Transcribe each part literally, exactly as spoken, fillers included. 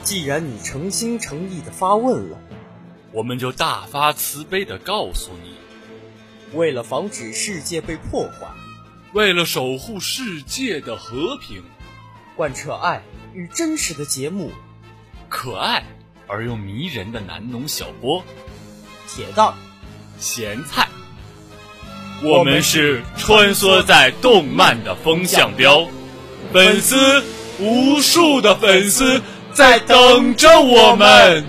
既然你诚心诚意地发问了， 我们就大发慈悲地告诉你， 为了防止世界被破坏， 为了守护世界的和平， 贯彻爱与真实的节目， 可爱而又迷人的南农小波， 铁蛋咸菜，我们是穿梭在动漫的风向标，粉丝无数的粉丝在等着我们。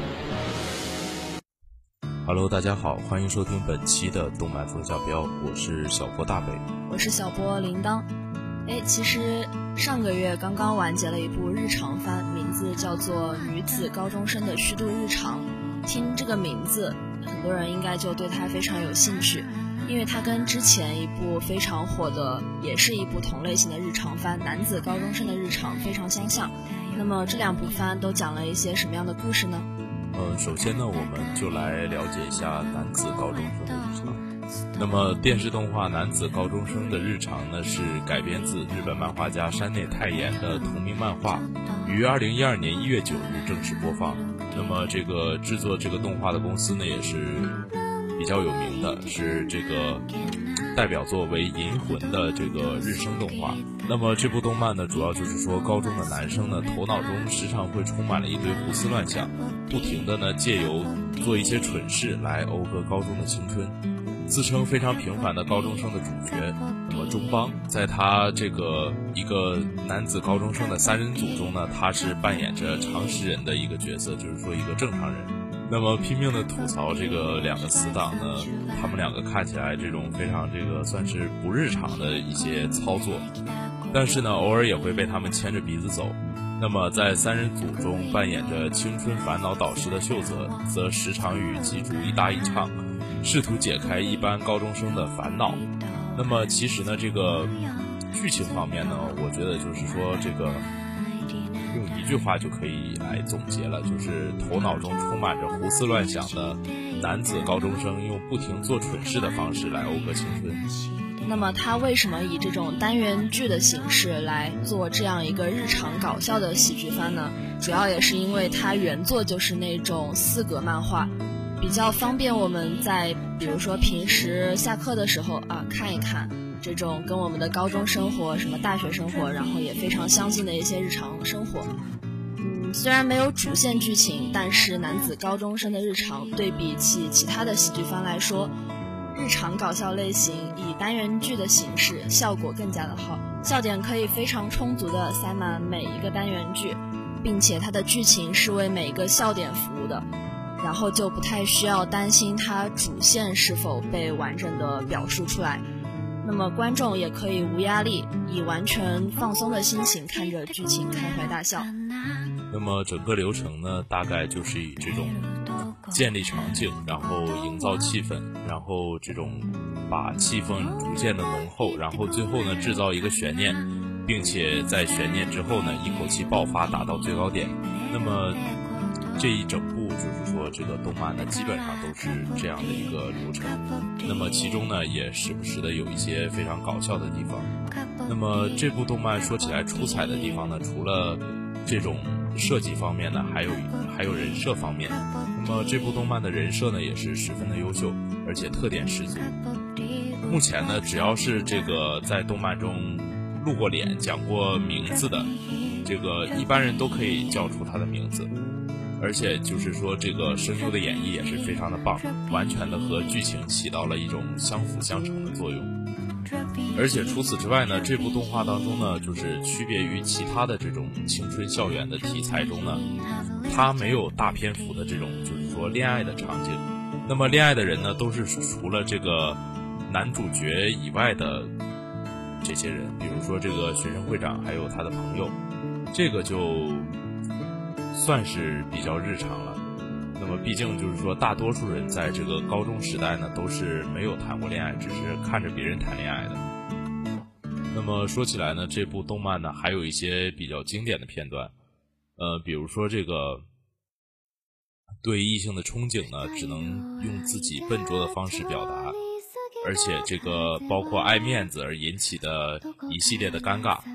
Hello， 大家好，欢迎收听本期的动漫风向标，我是小波大北， 我是小波铃铛。哎，其实上个月刚刚完结了一部日常番，名字叫做《女子高中生的虚度日常》。听这个名字，很多人应该就对它非常有兴趣，因为它跟之前一部非常火的，也是一部同类型的日常番《男子高中生的日常》非常相像。那么这两部番都讲了一些什么样的故事呢？ 呃，首先呢，我们就来了解一下男子高中生的日常。那么电视动画《男子高中生的日常》呢，是改编自日本漫画家山内太彦的同名漫画，于二零一二年一月九日正式播放。那么这个制作这个动画的公司呢，也是比较有名的，是这个代表作为《银魂》的这个日升动画。那么这部动漫呢，主要就是说高中的男生呢，头脑中时常会充满了一堆胡思乱想，不停的呢借由做一些蠢事来讴歌高中的青春。自称非常平凡的高中生的主角，那么中邦，在他这个一个男子高中生的三人组中呢，他是扮演着常识人的一个角色，就是说一个正常人。那么拼命的吐槽这个两个死党呢，他们两个看起来这种非常这个算是不日常的一些操作，但是呢偶尔也会被他们牵着鼻子走。那么在三人组中扮演着青春烦恼导师的秀泽，则时常与吉竹一搭一唱，试图解开一般高中生的烦恼。那么其实呢，这个剧情方面呢，我觉得就是说这个用一句话就可以来总结了，就是头脑中充满着胡思乱想的男子高中生用不停做蠢事的方式来讴歌青春。 那么他为什么以这种单元剧的形式来做这样一个日常搞笑的喜剧番呢？主要也是因为他原作就是那种四格漫画，比较方便我们在比如说平时下课的时候啊看一看这种跟我们的高中生活、什么大学生活，然后也非常相近的一些日常生活。嗯，虽然没有主线剧情，但是男子高中生的日常对比起其他的喜剧番来说，日常搞笑类型以单元剧的形式效果更加的好，笑点可以非常充足的塞满每一个单元剧，并且它的剧情是为每一个笑点服务的，然后就不太需要担心它主线是否被完整的表述出来。那么观众也可以无压力，以完全放松的心情看着剧情开怀大笑。 那么整个流程呢，大概就是以这种建立场景，然后营造气氛，然后这种把气氛逐渐的浓厚，然后最后呢制造一个悬念，并且在悬念之后呢一口气爆发达到最高点。那么这一整部就是说这个动漫呢基本上都是这样的一个流程，那么其中呢也时不时的有一些非常搞笑的地方。那么这部动漫说起来出彩的地方呢，除了这种设计方面呢，还有还有人设方面。那么这部动漫的人设呢也是十分的优秀，而且特点十足。目前呢只要是这个在动漫中露过脸讲过名字的，这个一般人都可以叫出他的名字，而且就是说这个声优的演绎也是非常的棒，完全的和剧情起到了一种相辅相成的作用。而且除此之外呢，这部动画当中呢，就是区别于其他的这种青春校园的题材中呢，它没有大篇幅的这种就是说恋爱的场景。那么恋爱的人呢，都是除了这个男主角以外的这些人，比如说这个学生会长还有他的朋友，这个就算是比较日常了。那么毕竟就是说大多数人在这个高中时代呢都是没有谈过恋爱，只是看着别人谈恋爱的。那么说起来呢，这部动漫呢还有一些比较经典的片段，呃，比如说这个对异性的憧憬呢只能用自己笨拙的方式表达，而且这个包括爱面子而引起的一系列的尴尬。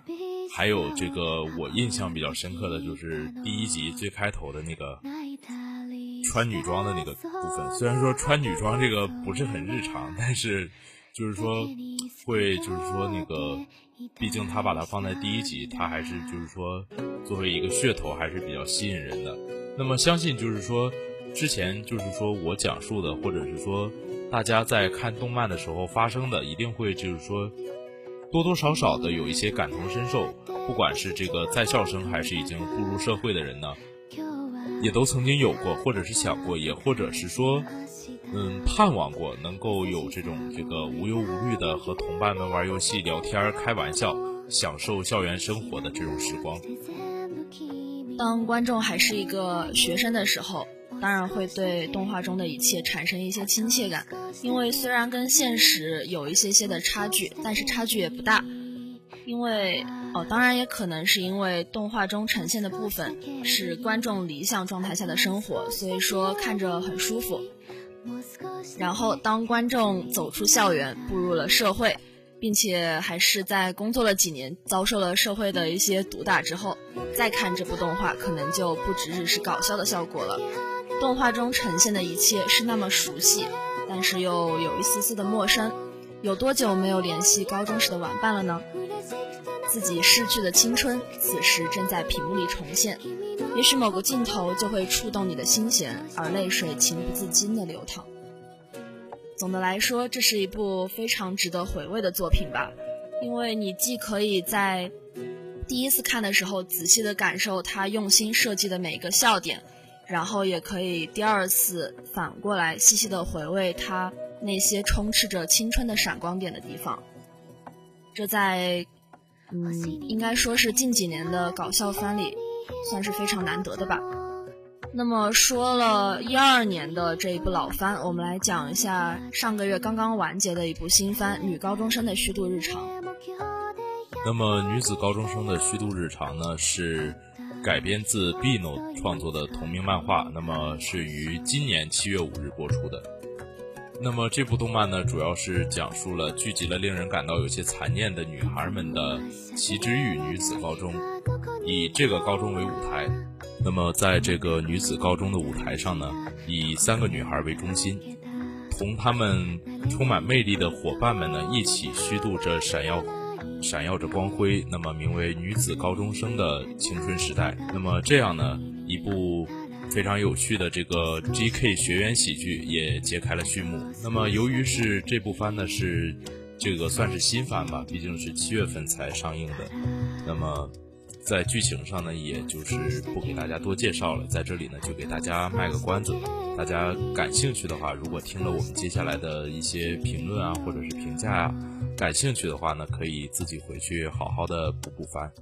还有这个我印象比较深刻的就是第一集最开头的那个穿女装的那个部分。虽然说穿女装这个不是很日常，但是就是说会就是说那个毕竟他把它放在第一集，他还是就是说作为一个噱头还是比较吸引人的。那么相信就是说之前就是说我讲述的，或者是说大家在看动漫的时候发生的，一定会就是说多多少少的有一些感同身受，不管是这个在校生还是已经步入社会的人呢，也都曾经有过，或者是想过，也或者是说嗯盼望过能够有这种这个无忧无虑的和同伴们玩游戏聊天开玩笑，享受校园生活的这种时光。 当观众还是一个学生的时候，当然会对动画中的一切产生一些亲切感，因为虽然跟现实有一些些的差距，但是差距也不大。因为哦，当然也可能是因为动画中呈现的部分是观众理想状态下的生活，所以说看着很舒服。然后当观众走出校园，步入了社会，并且还是在工作了几年，遭受了社会的一些毒打之后，再看这部动画，可能就不只只是搞笑的效果了。动画中呈现的一切是那么熟悉，但是又有一丝丝的陌生。有多久没有联系高中时的玩伴了呢？自己逝去的青春，此时正在屏幕里重现。也许某个镜头就会触动你的心弦，而泪水情不自禁地流淌。总的来说，这是一部非常值得回味的作品吧，因为你既可以在第一次看的时候仔细地感受它用心设计的每一个笑点，然后也可以第二次反过来细细地回味它那些充斥着青春的闪光点的地方。这在嗯，应该说是近几年的搞笑番里算是非常难得的吧。那么说了一二年的这一部老番，我们来讲一下上个月刚刚完结的一部新番《女高中生的虚度日常》。 那么女子高中生的虚度日常呢，是改编自 Bino 创作的同名漫画，那么是于今年七月五日播出的。那么这部动漫呢，主要是讲述了聚集了令人感到有些残念的女孩们的习之玉女子高中，以这个高中为舞台。那么在这个女子高中的舞台上呢，以三个女孩为中心，同她们充满魅力的伙伴们呢，一起虚度着闪耀闪耀着光辉，那么名为女子高中生的青春时代。那么这样呢，一部非常有趣的这个 G K 学园喜剧也揭开了序幕。那么由于是这部番呢是这个算是新番吧，毕竟是七月份才上映的，那么在剧情上呢也就是不给大家多介绍了，在这里呢就给大家卖个关子。大家感兴趣的话，如果听了我们接下来的一些评论啊或者是评价啊，感兴趣的话呢可以自己回去好好的补补番。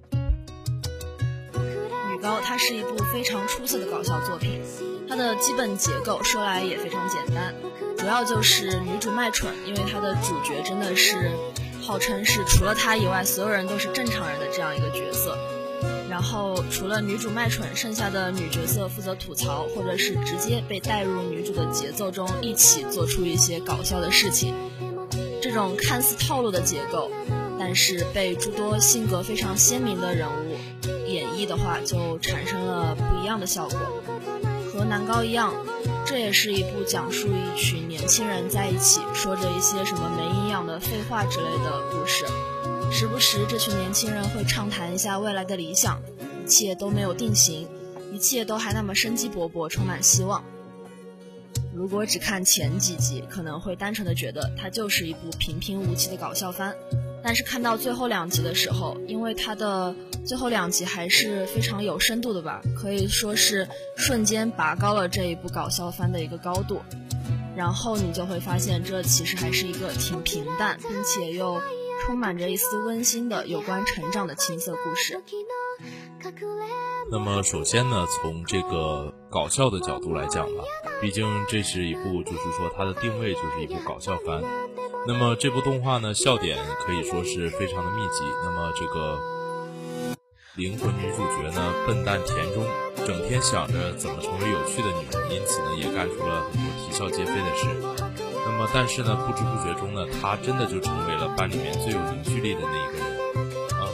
女高它是一部非常出色的搞笑作品，它的基本结构说来也非常简单，主要就是女主卖蠢，因为她的主角真的是号称是除了她以外所有人都是正常人的这样一个角色。然后除了女主卖蠢，剩下的女角色负责吐槽，或者是直接被带入女主的节奏中，一起做出一些搞笑的事情。这种看似套路的结构，但是被诸多性格非常鲜明的人物演绎的话，就产生了不一样的效果。和男高一样，这也是一部讲述一群年轻人在一起说着一些什么没营养的废话之类的故事。时不时这群年轻人会畅谈一下未来的理想，一切都没有定型，一切都还那么生机勃勃，充满希望。如果只看前几集，可能会单纯的觉得它就是一部平平无奇的搞笑番，但是看到最后两集的时候，因为它的最后两集还是非常有深度的吧，可以说是瞬间拔高了这一部搞笑番的一个高度。然后你就会发现，这其实还是一个挺平淡并且又充满着一丝温馨的有关成长的青涩故事。 那么首先呢，从这个搞笑的角度来讲吧，毕竟这是一部就是说它的定位就是一部搞笑番。那么这部动画呢，笑点可以说是非常的密集。那么这个灵魂女主角呢，笨蛋田中，整天想着怎么成为有趣的女人，因此呢也干出了很多啼笑皆非的事。那么但是呢，不知不觉中呢，她真的就成为了班里面最有凝聚力的那一个人。呃，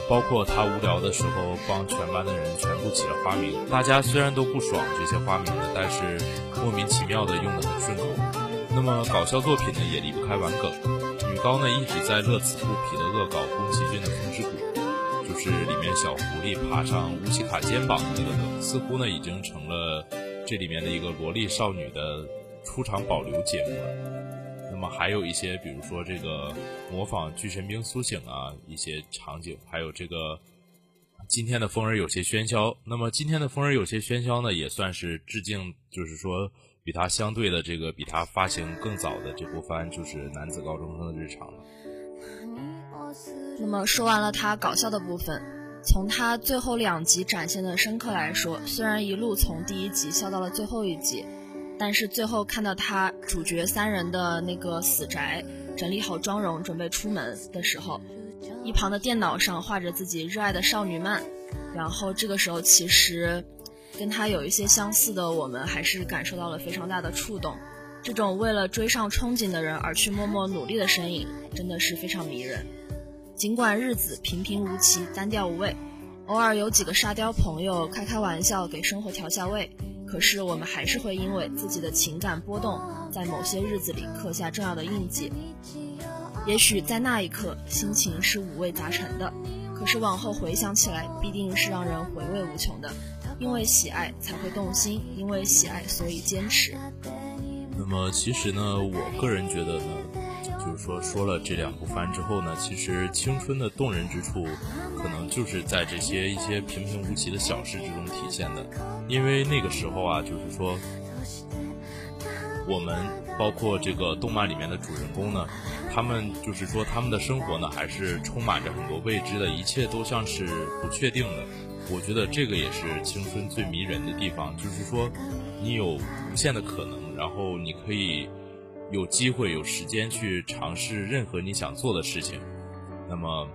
包括他无聊的时候帮全班的人全部起了花名，大家虽然都不爽这些花名的，但是莫名其妙的用得很顺口。那么搞笑作品呢也离不开玩梗，女高呢一直在乐此不疲的恶搞宫崎骏的风之谷，就是里面小狐狸爬上乌西卡肩膀的那个梗，似乎呢已经成了这里面的一个萝莉少女的出场保留节目了。那么还有一些比如说这个模仿巨神兵苏醒啊一些场景，还有这个今天的风儿有些喧嚣。那么今天的风儿有些喧嚣呢也算是致敬，就是说与它相对的这个比它发行更早的这部番，就是男子高中生的日常了。 那么说完了他搞笑的部分，从他最后两集展现的深刻来说，虽然一路从第一集笑到了最后一集，但是最后看到他主角三人的那个死宅整理好妆容准备出门的时候，一旁的电脑上画着自己热爱的少女漫，然后这个时候其实跟他有一些相似的，我们还是感受到了非常大的触动。这种为了追上憧憬的人而去默默努力的身影真的是非常迷人。尽管日子平平无奇单调无味，偶尔有几个沙雕朋友开开玩笑给生活调下味，可是我们还是会因为自己的情感波动在某些日子里刻下重要的印记。也许在那一刻心情是五味杂陈的，可是往后回想起来必定是让人回味无穷的，因为喜爱才会动心，因为喜爱所以坚持。 那么其实呢我个人觉得呢，就是说说了这两部番之后呢，其实青春的动人之处可能就是在这些一些平平无奇的小事之中体现的。因为那个时候啊，就是说我们包括这个动漫里面的主人公呢，他们就是说他们的生活呢还是充满着很多未知的，一切都像是不确定的。我觉得这个也是青春最迷人的地方，就是说你有无限的可能，然后你可以有机会有时间去尝试任何你想做的事情。那么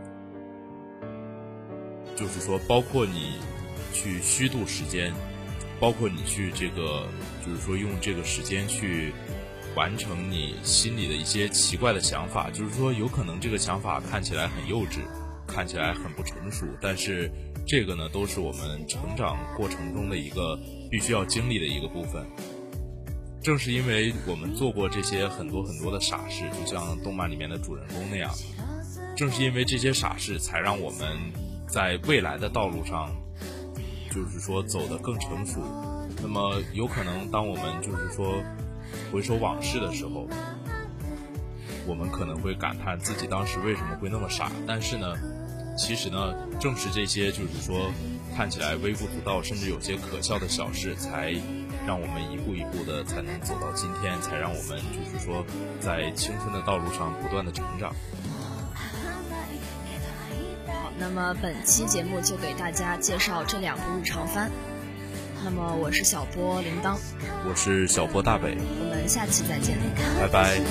就是说包括你去虚度时间，包括你去这个就是说用这个时间去完成你心里的一些奇怪的想法，就是说有可能这个想法看起来很幼稚，看起来很不成熟，但是这个呢都是我们成长过程中的一个必须要经历的一个部分。正是因为我们做过这些很多很多的傻事，就像动漫里面的主人公那样，正是因为这些傻事才让我们在未来的道路上就是说走得更成熟。那么有可能当我们就是说回首往事的时候，我们可能会感叹自己当时为什么会那么傻，但是呢其实呢正是这些就是说看起来微不足道甚至有些可笑的小事，才让我们一步一步的才能走到今天，才让我们就是说在青春的道路上不断的成长。 好，那么本期节目就给大家介绍这两部日常番。那么我是小波铃铛， 我是小波大北， 我们下期再见， 拜拜。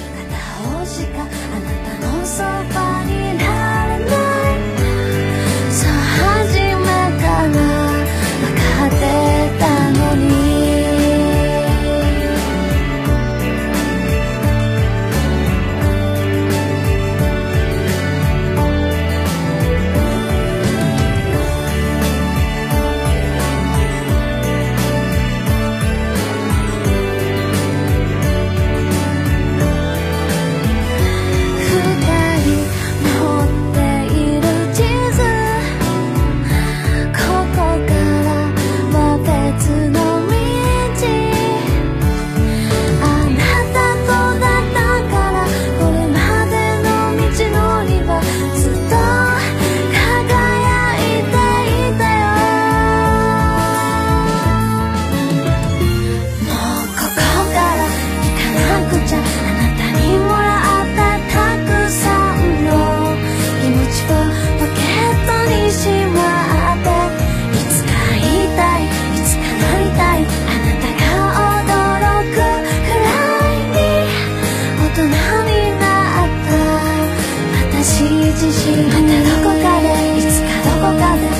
またどこかでいつかどこかで